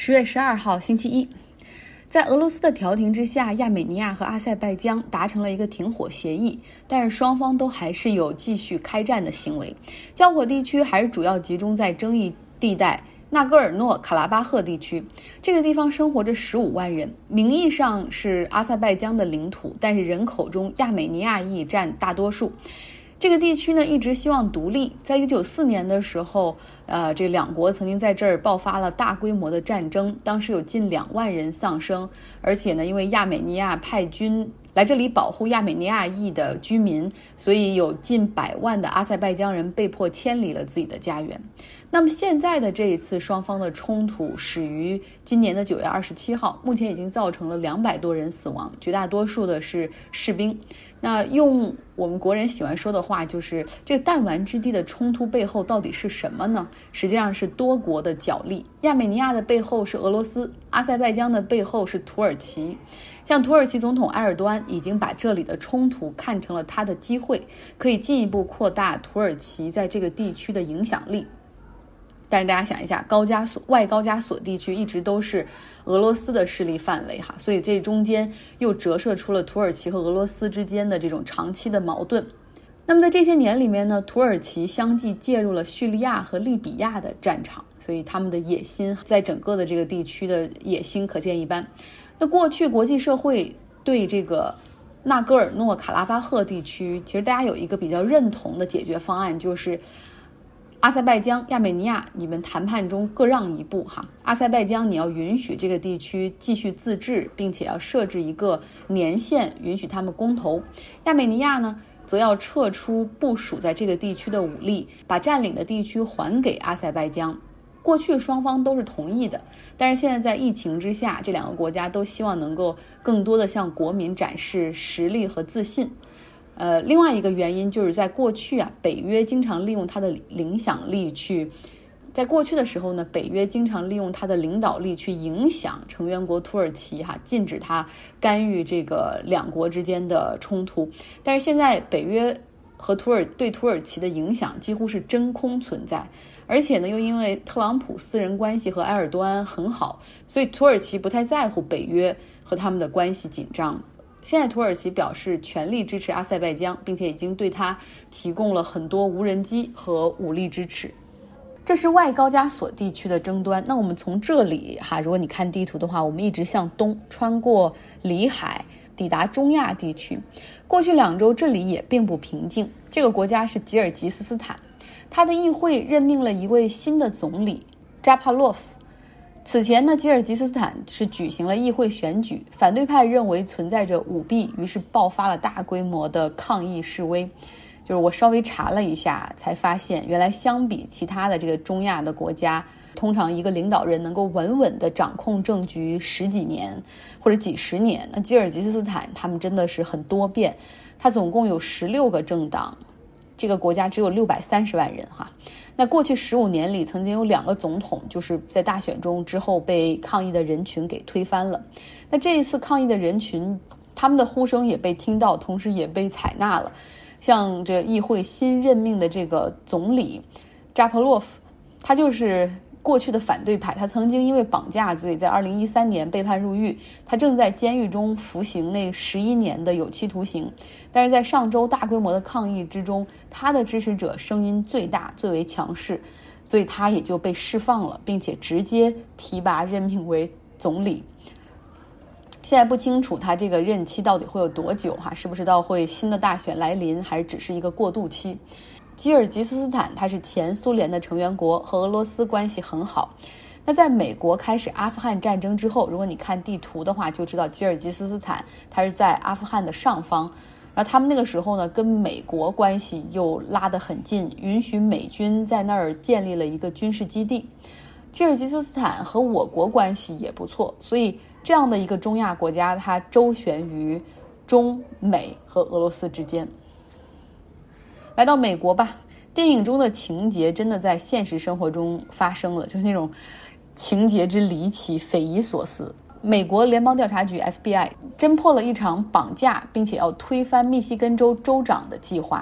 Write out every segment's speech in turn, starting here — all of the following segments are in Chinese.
10月12号星期一，在俄罗斯的调停之下，亚美尼亚和阿塞拜疆达成了一个停火协议，但是双方都还是有继续开战的行为。交火地区还是主要集中在争议地带纳戈尔诺卡拉巴赫地区，这个地方生活着15万人，名义上是阿塞拜疆的领土，但是人口中亚美尼亚裔占大多数。这个地区呢一直希望独立，在1994年的时候，这两国曾经在这儿爆发了大规模的战争，当时有近2万人丧生，而且呢，因为亚美尼亚派军来这里保护亚美尼亚裔的居民，所以有近100万的阿塞拜疆人被迫迁离了自己的家园。那么现在的这一次双方的冲突始于今年的9月27号，目前已经造成了200多人死亡，绝大多数的是士兵。那用我们国人喜欢说的话，就是这个弹丸之地的冲突背后到底是什么呢？实际上是多国的角力。亚美尼亚的背后是俄罗斯，阿塞拜疆的背后是土耳其。像土耳其总统埃尔多安已经把这里的冲突看成了他的机会，可以进一步扩大土耳其在这个地区的影响力。但是大家想一下，外高加索地区一直都是俄罗斯的势力范围哈，所以这中间又折射出了土耳其和俄罗斯之间的这种长期的矛盾。那么在这些年里面呢，土耳其相继介入了叙利亚和利比亚的战场，所以他们的野心在整个的这个地区的野心可见一斑。那过去国际社会对这个纳戈尔诺卡拉巴赫地区，其实大家有一个比较认同的解决方案，就是阿塞拜疆、亚美尼亚，你们谈判中各让一步哈。阿塞拜疆你要允许这个地区继续自治，并且要设置一个年限，允许他们公投。亚美尼亚呢，则要撤出部署在这个地区的武力，把占领的地区还给阿塞拜疆。过去双方都是同意的，但是现在在疫情之下，这两个国家都希望能够更多的向国民展示实力和自信。另外一个原因就是在过去北约经常利用它的影响力在过去的时候呢，北约经常利用它的领导力去影响成员国土耳其禁止它干预这个两国之间的冲突。但是现在北约和对土耳其的影响几乎是真空存在，而且呢，又因为特朗普私人关系和埃尔多安很好，所以土耳其不太在乎北约和他们的关系紧张。现在土耳其表示全力支持阿塞拜疆，并且已经对他提供了很多无人机和武力支持。这是外高加索地区的争端。那我们从这里如果你看地图的话，我们一直向东穿过里海抵达中亚地区。过去2周这里也并不平静。这个国家是吉尔吉斯斯坦，他的议会任命了一位新的总理扎帕洛夫。此前呢，吉尔吉斯斯坦是举行了议会选举，反对派认为存在着舞弊，于是爆发了大规模的抗议示威。就是我稍微查了一下，才发现原来相比其他的这个中亚的国家，通常一个领导人能够稳稳地掌控政局10几年或者几十年，那吉尔吉斯斯坦他们真的是很多变，它总共有16个政党，这个国家只有630万人哈。那过去15年里，曾经有2个总统就是在大选中之后被抗议的人群给推翻了。那这一次抗议的人群，他们的呼声也被听到，同时也被采纳了。像这议会新任命的这个总理扎帕洛夫，他就是过去的反对派，他曾经因为绑架罪在2013年被判入狱，他正在监狱中服刑那11年的有期徒刑。但是在上周大规模的抗议之中，他的支持者声音最大最为强势，所以他也就被释放了，并且直接提拔任命为总理。现在不清楚他这个任期到底会有多久是不是到会新的大选来临，还是只是一个过渡期。吉尔吉斯斯坦它是前苏联的成员国，和俄罗斯关系很好。那在美国开始阿富汗战争之后，如果你看地图的话，就知道吉尔吉斯斯坦它是在阿富汗的上方，然后他们那个时候呢跟美国关系又拉得很近，允许美军在那儿建立了一个军事基地。吉尔吉斯斯坦和我国关系也不错，所以这样的一个中亚国家，它周旋于中美和俄罗斯之间。来到美国吧，电影中的情节真的在现实生活中发生了，就是那种情节之离奇，匪夷所思。美国联邦调查局 FBI 侦破了一场绑架并且要推翻密西根州州长的计划。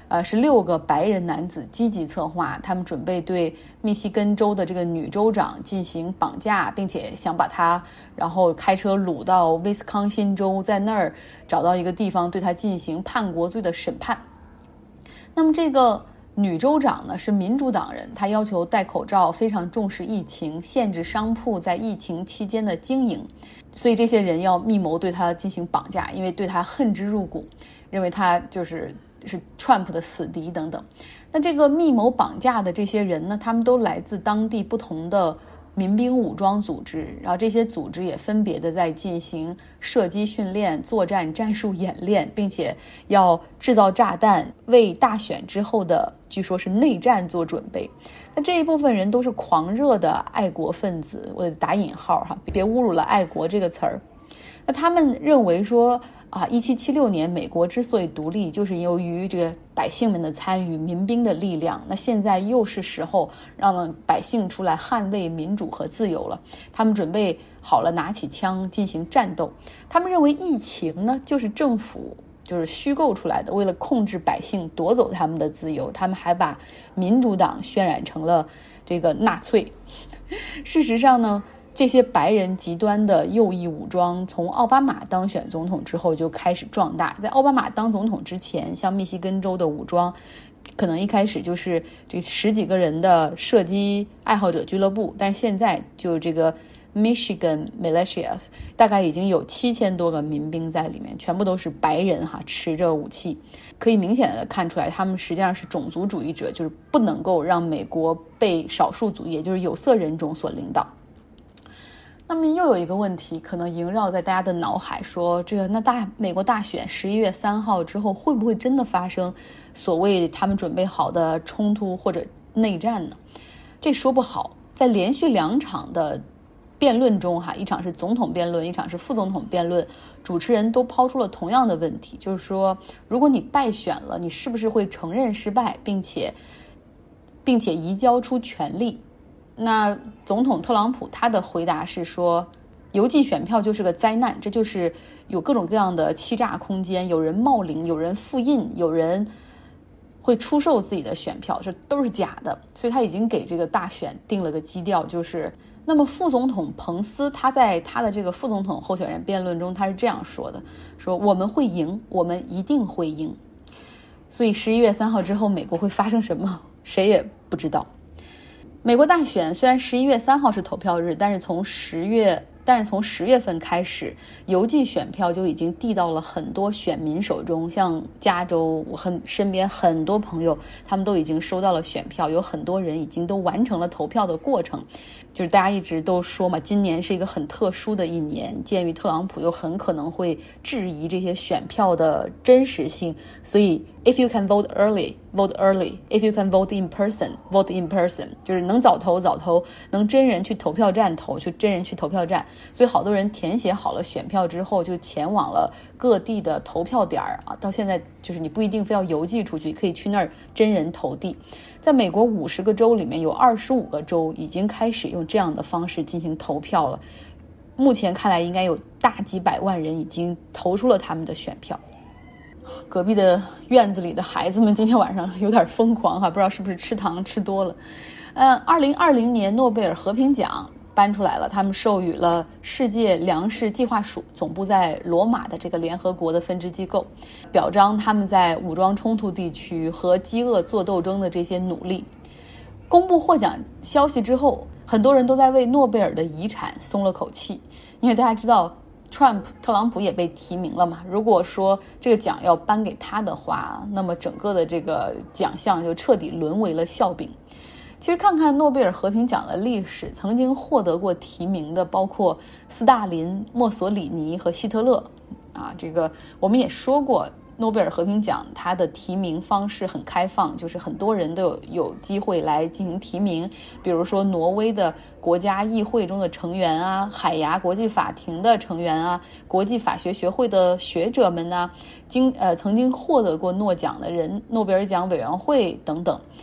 是6个白人男子积极策划，他们准备对密西根州的这个女州长进行绑架，并且想把她然后开车掳到威斯康辛州，在那儿找到一个地方对她进行叛国罪的审判。那么这个女州长呢是民主党人，她要求戴口罩，非常重视疫情，限制商铺在疫情期间的经营，所以这些人要密谋对她进行绑架，因为对她恨之入骨，认为她是 Trump 的死敌等等。那这个密谋绑架的这些人呢，他们都来自当地不同的民兵武装组织，然后这些组织也分别的在进行射击训练、作战战术演练，并且要制造炸弹，为大选之后的据说是内战做准备。那这一部分人都是狂热的爱国分子，我打引号哈，别侮辱了爱国这个词儿。那他们认为说1776年美国之所以独立，就是由于这个百姓们的参与，民兵的力量。那现在又是时候让百姓出来捍卫民主和自由了。他们准备好了，拿起枪进行战斗。他们认为疫情呢，就是政府虚构出来的，为了控制百姓，夺走他们的自由。他们还把民主党渲染成了这个纳粹。事实上呢，这些白人极端的右翼武装从奥巴马当选总统之后就开始壮大。在奥巴马当总统之前，像密西根州的武装可能一开始就是这10几个人的射击爱好者俱乐部，但是现在就这个 Michigan Militias 大概已经有7000多个民兵在里面，全部都是白人持着武器。可以明显的看出来，他们实际上是种族主义者，就是不能够让美国被少数族裔，也就是有色人种所领导。那么又有一个问题可能萦绕在大家的脑海，说美国大选11月3号之后会不会真的发生所谓他们准备好的冲突或者内战呢？这说不好。在连续2场的辩论中一场是总统辩论，一场是副总统辩论，主持人都抛出了同样的问题，就是说如果你败选了，你是不是会承认失败，并且移交出权力？那总统特朗普他的回答是说，邮寄选票就是个灾难，这就是有各种各样的欺诈空间，有人冒领，有人复印，有人会出售自己的选票，这都是假的。所以他已经给这个大选定了个基调，就是那么副总统彭斯他在他的这个副总统候选人辩论中他是这样说的，说我们会赢，我们一定会赢。所以11月3号之后美国会发生什么，谁也不知道。美国大选虽然11月3号是投票日，但是从10月份开始，邮寄选票就已经递到了很多选民手中。像加州，我身边很多朋友他们都已经收到了选票，有很多人已经都完成了投票的过程。就是大家一直都说嘛，今年是一个很特殊的一年，鉴于特朗普又很可能会质疑这些选票的真实性，所以 if you can vote early, vote early. If you can vote in person, vote in person. 就是能早投早投，能真人去投票站投，就真人去投票站。所以好多人填写好了选票之后，就前往了各地的投票点到现在就是你不一定非要邮寄出去，可以去那儿真人投递。在美国50个州里面，有25个州已经开始用这样的方式进行投票了。目前看来，应该有大几百万人已经投出了他们的选票。隔壁的院子里的孩子们今天晚上有点疯狂不知道是不是吃糖吃多了。2020年诺贝尔和平奖颁出来了，他们授予了世界粮食计划署总部在罗马的这个联合国的分支机构，表彰他们在武装冲突地区和饥饿做斗争的这些努力。公布获奖消息之后，很多人都在为诺贝尔的遗产松了口气，因为大家知道特朗普也被提名了嘛，如果说这个奖要颁给他的话，那么整个的这个奖项就彻底沦为了笑柄。其实看看诺贝尔和平奖的历史，曾经获得过提名的包括斯大林、墨索里尼和希特勒这个我们也说过，诺贝尔和平奖它的提名方式很开放，就是很多人都有机会来进行提名，比如说挪威的国家议会中的成员海牙国际法庭的成员国际法学学会的学者们曾经获得过诺奖的人，诺贝尔奖委员会等等。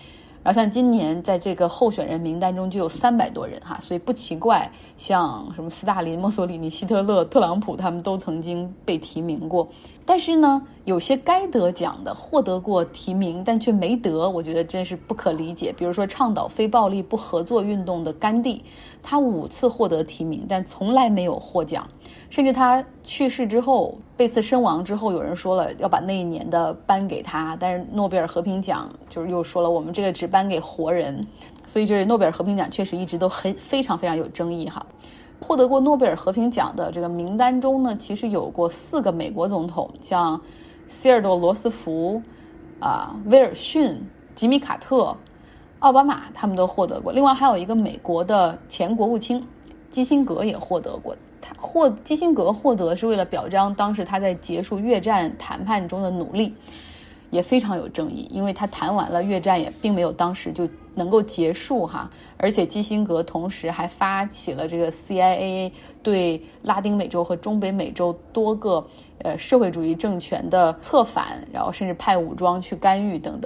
然后像今年在这个候选人名单中就有300多人哈，所以不奇怪，像什么斯大林、墨索里尼、希特勒、特朗普他们都曾经被提名过。但是呢，有些该得奖的获得过提名但却没得，我觉得真是不可理解。比如说倡导非暴力不合作运动的甘地，他5次获得提名但从来没有获奖，甚至他去世之后被刺身亡之后，有人说了要把那一年的颁给他，但是诺贝尔和平奖就是又说了我们这个只颁给活人，所以就是诺贝尔和平奖确实一直都非常非常有争议哈。获得过诺贝尔和平奖的这个名单中呢，其实有过4个美国总统，像希尔多·罗斯福、威尔逊、吉米·卡特、奥巴马，他们都获得过。另外还有一个美国的前国务卿基辛格也获得过。基辛格获得是为了表彰当时他在结束越战谈判中的努力，也非常有争议，因为他谈完了越战也并没有当时就能够结束哈，而且基辛格同时还发起了这个 CIA 对拉丁美洲和中北美洲多个社会主义政权的策反，然后甚至派武装去干预等等。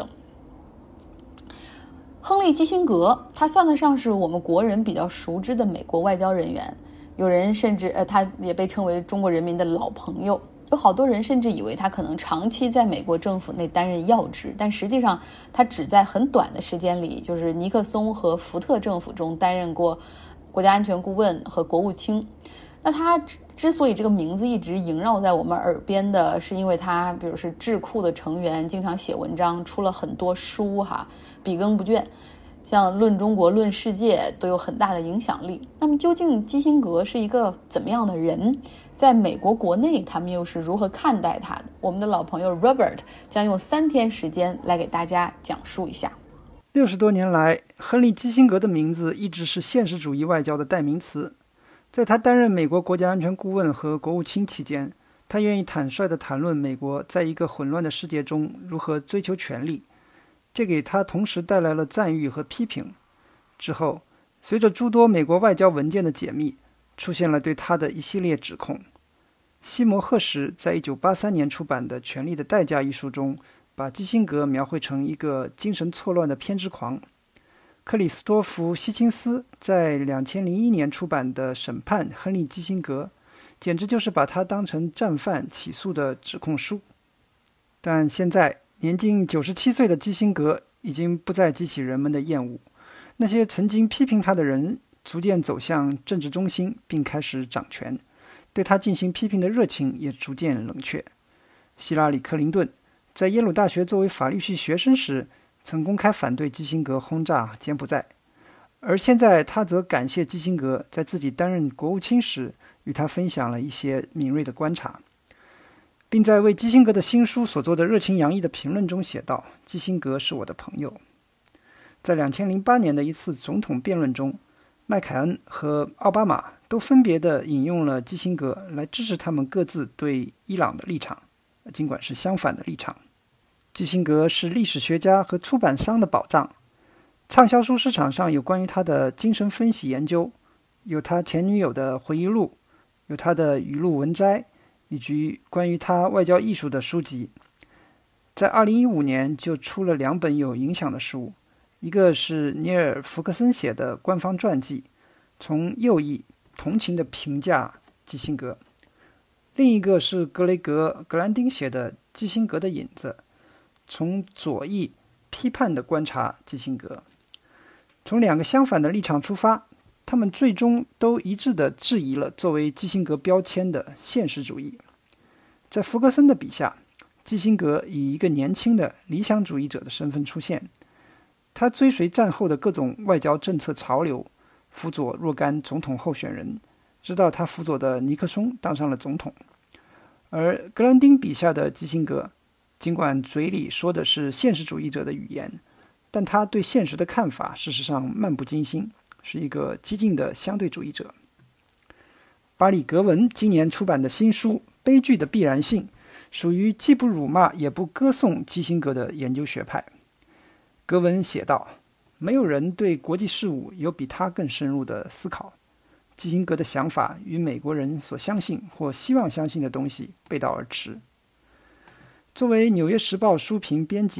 亨利·基辛格他算得上是我们国人比较熟知的美国外交人员，有人甚至他也被称为中国人民的老朋友。有好多人甚至以为他可能长期在美国政府内担任要职，但实际上他只在很短的时间里，就是尼克松和福特政府中担任过国家安全顾问和国务卿。那他之所以这个名字一直萦绕在我们耳边的是因为他比如是智库的成员，经常写文章，出了很多书哈，笔耕不倦，像《论中国》《论世界》都有很大的影响力。那么究竟基辛格是一个怎么样的人？在美国国内他们又是如何看待他的？我们的老朋友 Robert 将用3天时间来给大家讲述一下。 60多年来，亨利·基辛格的名字一直是现实主义外交的代名词。在他担任美国国家安全顾问和国务卿期间，他愿意坦率地谈论美国在一个混乱的世界中如何追求权力，这给他同时带来了赞誉和批评。之后，随着诸多美国外交文件的解密，出现了对他的一系列指控。西摩·赫什在1983年出版的《权力的代价》一书中，把基辛格描绘成一个精神错乱的偏执狂。克里斯多弗·希钦斯在2001年出版的《审判亨利·基辛格》，简直就是把他当成战犯起诉的指控书。但现在，年近97岁的基辛格已经不再激起人们的厌恶，那些曾经批评他的人逐渐走向政治中心，并开始掌权，对他进行批评的热情也逐渐冷却。希拉里·克林顿在耶鲁大学作为法律系学生时，曾公开反对基辛格轰炸柬埔寨，而现在他则感谢基辛格在自己担任国务卿时与他分享了一些敏锐的观察，并在为基辛格的新书所做的热情洋溢的评论中写道：基辛格是我的朋友。在2008年的一次总统辩论中，麦凯恩和奥巴马都分别地引用了基辛格来支持他们各自对伊朗的立场，尽管是相反的立场。基辛格是历史学家和出版商的宝藏，畅销书市场上有关于他的精神分析研究，有他前女友的回忆录，有他的语录文摘，以及关于他外交艺术的书籍。在2015年就出了2本有影响的书，一个是尼尔·福克森写的官方传记，从右翼同情地评价基辛格，另一个是格雷格·格兰丁写的《基辛格的影子》，从左翼批判地观察基辛格。从2个相反的立场出发，他们最终都一致地质疑了作为基辛格标签的现实主义。在福克森的笔下，基辛格以一个年轻的理想主义者的身份出现，他追随战后的各种外交政策潮流，辅佐若干总统候选人，直到他辅佐的尼克松当上了总统。而格兰丁笔下的基辛格，尽管嘴里说的是现实主义者的语言，但他对现实的看法事实上漫不经心，是一个激进的相对主义者。巴里·格文今年出版的新书《悲剧的必然性》属于既不辱骂也不歌颂基辛格的研究学派。格文写道：没有人对国际事务有比他更深入的思考。基辛格的想法与美国人所相信或希望相信的东西背道而驰。作为《纽约时报》书评编辑，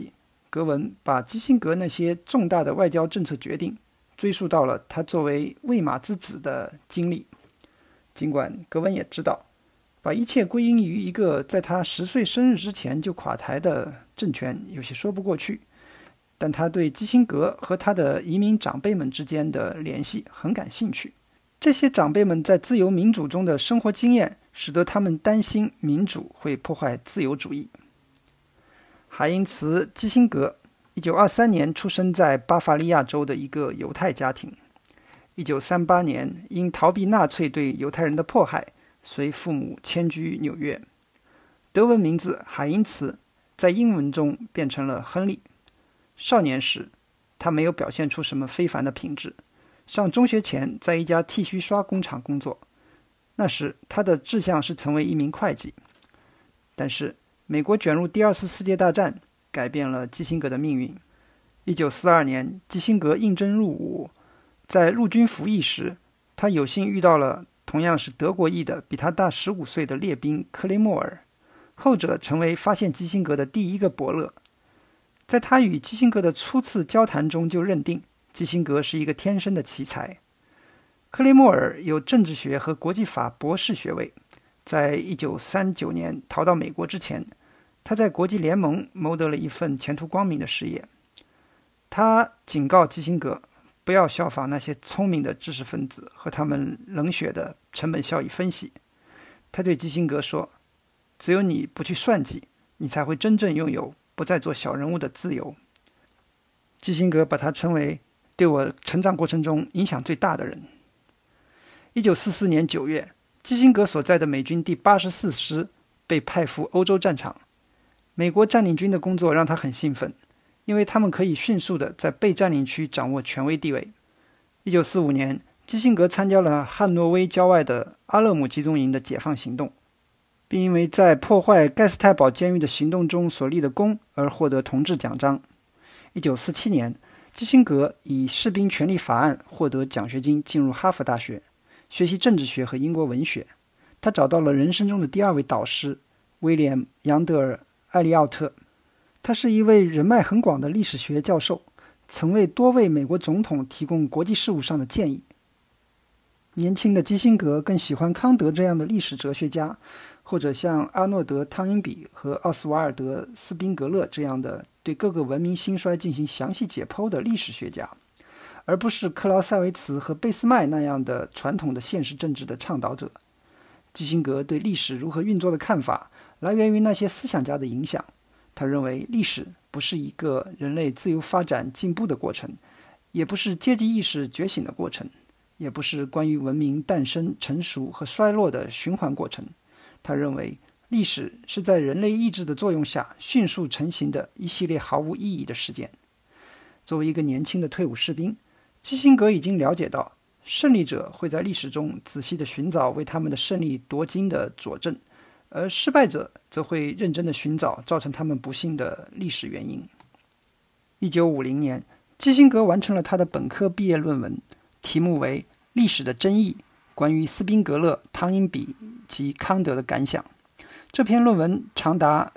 格文把基辛格那些重大的外交政策决定追溯到了他作为魏玛之子的经历。尽管格文也知道，把一切归因于一个在他10岁生日之前就垮台的政权有些说不过去，但他对基辛格和他的移民长辈们之间的联系很感兴趣。这些长辈们在自由民主中的生活经验，使得他们担心民主会破坏自由主义。海因茨·基辛格1923年出生在巴伐利亚州的一个犹太家庭。1938年因逃避纳粹对犹太人的迫害，随父母迁居纽约。德文名字海因茨在英文中变成了亨利。少年时，他没有表现出什么非凡的品质。上中学前，在一家剃须刷工厂工作。那时，他的志向是成为一名会计。但是，美国卷入第2次世界大战，改变了基辛格的命运。1942年，基辛格应征入伍，在陆军服役时，他有幸遇到了同样是德国裔的比他大15岁的列宾克雷默尔，后者成为发现基辛格的第一个伯乐。在他与基辛格的初次交谈中就认定基辛格是一个天生的奇才。克雷默尔有政治学和国际法博士学位，在1939年逃到美国之前，他在国际联盟谋得了一份前途光明的事业。他警告基辛格不要效仿那些聪明的知识分子和他们冷血的成本效益分析。他对基辛格说，只有你不去算计，你才会真正拥有不再做小人物的自由。基辛格把他称为对我成长过程中影响最大的人。1944年9月，基辛格所在的美军第84师被派赴欧洲战场。美国占领军的工作让他很兴奋，因为他们可以迅速地在被占领区掌握权威地位。1945年，基辛格参加了汉诺威郊外的阿勒姆集中营的解放行动，并因为在破坏盖斯泰堡监狱的行动中所立的功而获得同志奖章。1947年，基辛格以士兵权利法案获得奖学金，进入哈佛大学，学习政治学和英国文学。他找到了人生中的第2位导师，威廉·杨德尔·艾利奥特。他是一位人脉很广的历史学教授，曾为多位美国总统提供国际事务上的建议。年轻的基辛格更喜欢康德这样的历史哲学家，或者像阿诺德·汤因比和奥斯瓦尔德·斯宾格勒这样的对各个文明兴衰进行详细解剖的历史学家，而不是克劳塞维茨和俾斯麦那样的传统的现实政治的倡导者。基辛格对历史如何运作的看法来源于那些思想家的影响。他认为历史不是一个人类自由发展进步的过程，也不是阶级意识觉醒的过程，也不是关于文明诞生、成熟和衰落的循环过程。他认为历史是在人类意志的作用下迅速成型的一系列毫无意义的事件。作为一个年轻的退伍士兵，基辛格已经了解到，胜利者会在历史中仔细地寻找为他们的胜利夺金的佐证，而失败者则会认真地寻找造成他们不幸的历史原因。1950年，基辛格完成了他的本科毕业论文，题目为《历史的争议：关于斯宾格勒、汤因比及康德的感想》。这篇论文长达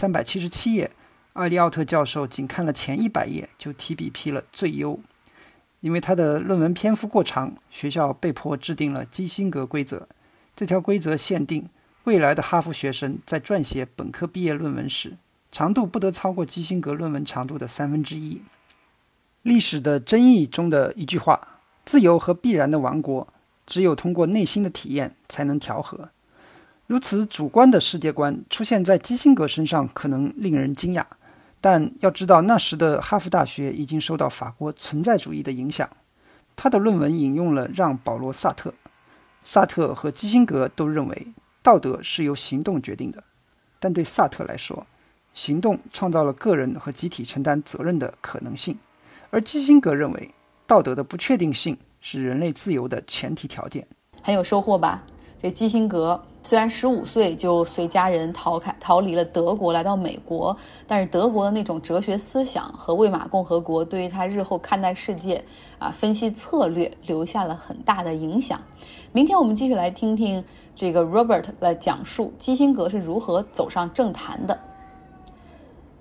377页，艾利奥特教授仅看了前100页就提笔批了最优。因为他的论文篇幅过长，学校被迫制定了基辛格规则。这条规则限定未来的哈佛学生在撰写本科毕业论文时，长度不得超过基辛格论文长度的1/3。历史的争议中的一句话：自由和必然的亡国，只有通过内心的体验才能调和。如此主观的世界观出现在基辛格身上可能令人惊讶，但要知道那时的哈佛大学已经受到法国存在主义的影响。他的论文引用了让·保罗·萨特。萨特和基辛格都认为道德是由行动决定的，但对萨特来说，行动创造了个人和集体承担责任的可能性，而基辛格认为道德的不确定性是人类自由的前提条件。 很有收获吧？这基辛格虽然15岁就随家人逃离了德国来到美国，但是德国的那种哲学思想和魏玛共和国对于他日后看待世界分析策略留下了很大的影响。明天我们继续来听听这个 Robert 来讲述基辛格是如何走上政坛的。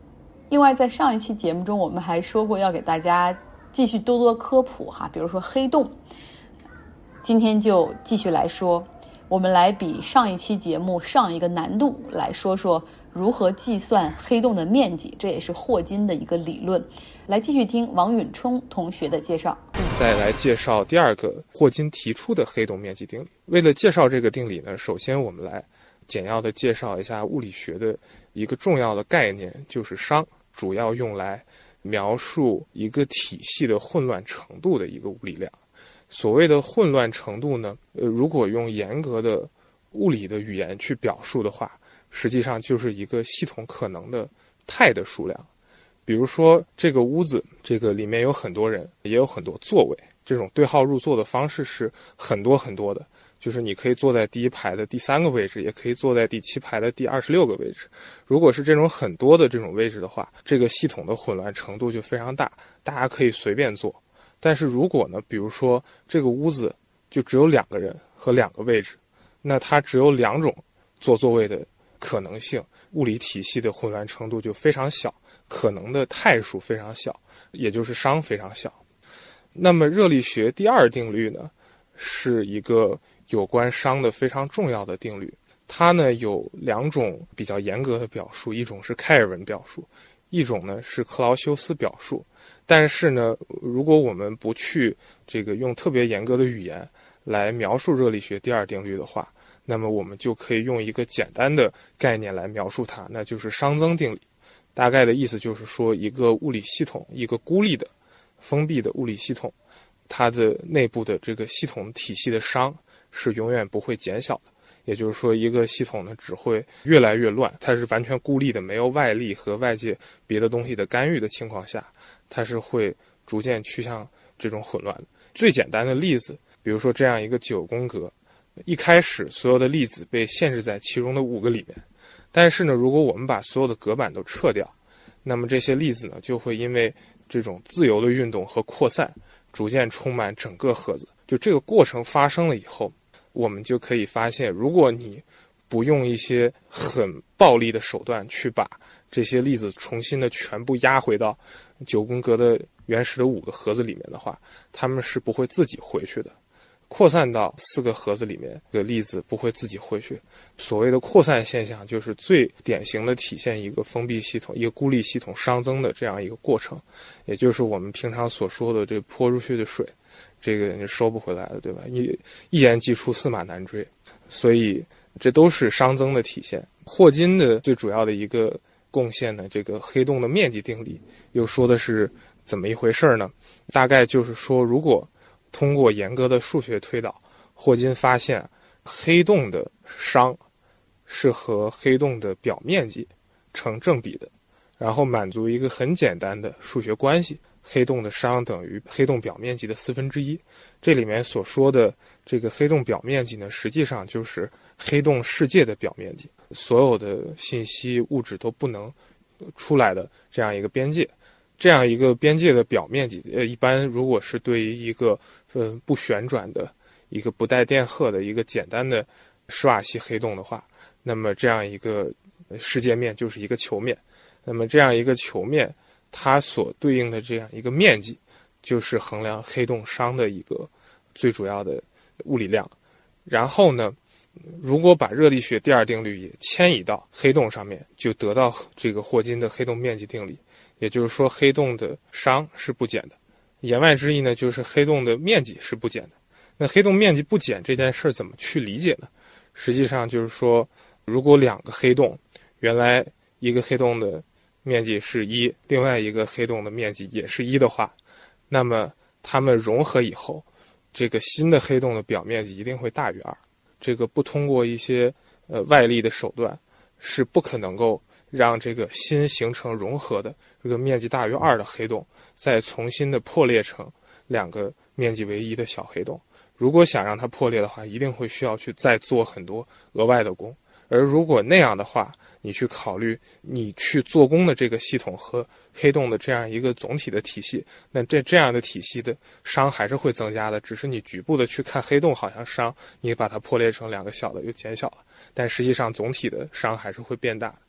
另外，在上一期节目中，我们还说过要给大家继续多多科普哈，比如说黑洞。今天就继续来说，我们来比上一期节目上一个难度，来说说如何计算黑洞的面积，这也是霍金的一个理论。来继续听王允冲同学的介绍。 再来介绍第二个霍金提出的黑洞面积定理。为了介绍这个定理呢，首先我们来简要的介绍一下物理学的一个重要的概念，就是熵，主要用来描述一个体系的混乱程度的一个物理量。所谓的混乱程度呢，如果用严格的物理的语言去表述的话，实际上就是一个系统可能的态的数量。比如说这个屋子，这个里面有很多人，也有很多座位，这种对号入座的方式是很多很多的，就是你可以坐在第一排的第3个位置，也可以坐在第7排的第26个位置。如果是这种很多的这种位置的话，这个系统的混乱程度就非常大，大家可以随便坐。但是如果呢，比如说这个屋子就只有2个人和2个位置，那它只有2种坐座位的可能性，物理体系的混乱程度就非常小，可能的态数非常小，也就是熵非常小。那么热力学第2定律呢，是一个有关熵的非常重要的定律。它呢有2种比较严格的表述，一种是开尔文表述，一种呢是克劳修斯表述。但是呢，如果我们不去这个用特别严格的语言来描述热力学第2定律的话，那么我们就可以用一个简单的概念来描述它，那就是熵增定理。大概的意思就是说，一个物理系统，一个孤立的封闭的物理系统，它的内部的这个系统体系的熵是永远不会减小的。也就是说，一个系统呢只会越来越乱，它是完全孤立的，没有外力和外界别的东西的干预的情况下，它是会逐渐趋向这种混乱的。最简单的例子，比如说这样一个9宫格，一开始所有的粒子被限制在其中的5个里面，但是呢，如果我们把所有的隔板都撤掉，那么这些粒子呢就会因为这种自由的运动和扩散，逐渐充满整个盒子。就这个过程发生了以后，我们就可以发现，如果你不用一些很暴力的手段去把这些粒子重新的全部压回到9宫格的原始的5个盒子里面的话，它们是不会自己回去的。扩散到4个盒子里面的粒子不会自己回去。所谓的扩散现象就是最典型的体现一个封闭系统，一个孤立系统熵增的这样一个过程，也就是我们平常所说的这泼出去的水，这个你收不回来的，对吧？一言既出，驷马难追。所以这都是熵增的体现。霍金的最主要的一个贡献呢，这个黑洞的面积定理又说的是怎么一回事呢？大概就是说，如果通过严格的数学推导，霍金发现黑洞的熵是和黑洞的表面积成正比的，然后满足一个很简单的数学关系，黑洞的熵等于黑洞表面积的1/4。这里面所说的这个黑洞表面积呢，实际上就是黑洞世界的表面积，所有的信息物质都不能出来的这样一个边界。这样一个边界的表面积，一般如果是对于一个不旋转的一个不带电荷的一个简单的施瓦西黑洞的话，那么这样一个世界面就是一个球面。那么这样一个球面，它所对应的这样一个面积，就是衡量黑洞熵的一个最主要的物理量。然后呢，如果把热力学第2定律也迁移到黑洞上面，就得到这个霍金的黑洞面积定理。也就是说，黑洞的熵是不减的。言外之意呢，就是黑洞的面积是不减的。那黑洞面积不减这件事怎么去理解呢？实际上就是说，如果2个黑洞，原来一个黑洞的面积是1，另外一个黑洞的面积也是1的话，那么它们融合以后，这个新的黑洞的表面积一定会大于2。这个不通过一些外力的手段，是不可能够让这个新形成融合的这个面积大于2的黑洞再重新的破裂成2个面积为1的小黑洞。如果想让它破裂的话，一定会需要去再做很多额外的功。而如果那样的话，你去考虑你去做功的这个系统和黑洞的这样一个总体的体系，那这样的体系的熵还是会增加的，只是你局部的去看黑洞好像熵，你把它破裂成2个小的又减小了，但实际上总体的熵还是会变大的。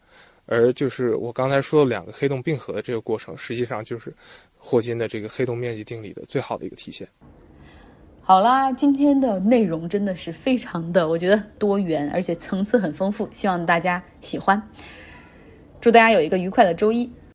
而就是我刚才说的两个黑洞并合的这个过程，实际上就是霍金的这个黑洞面积定理的最好的一个体现。 好啦，今天的内容真的是非常的，我觉得多元，而且层次很丰富，希望大家喜欢。祝大家有一个愉快的周一。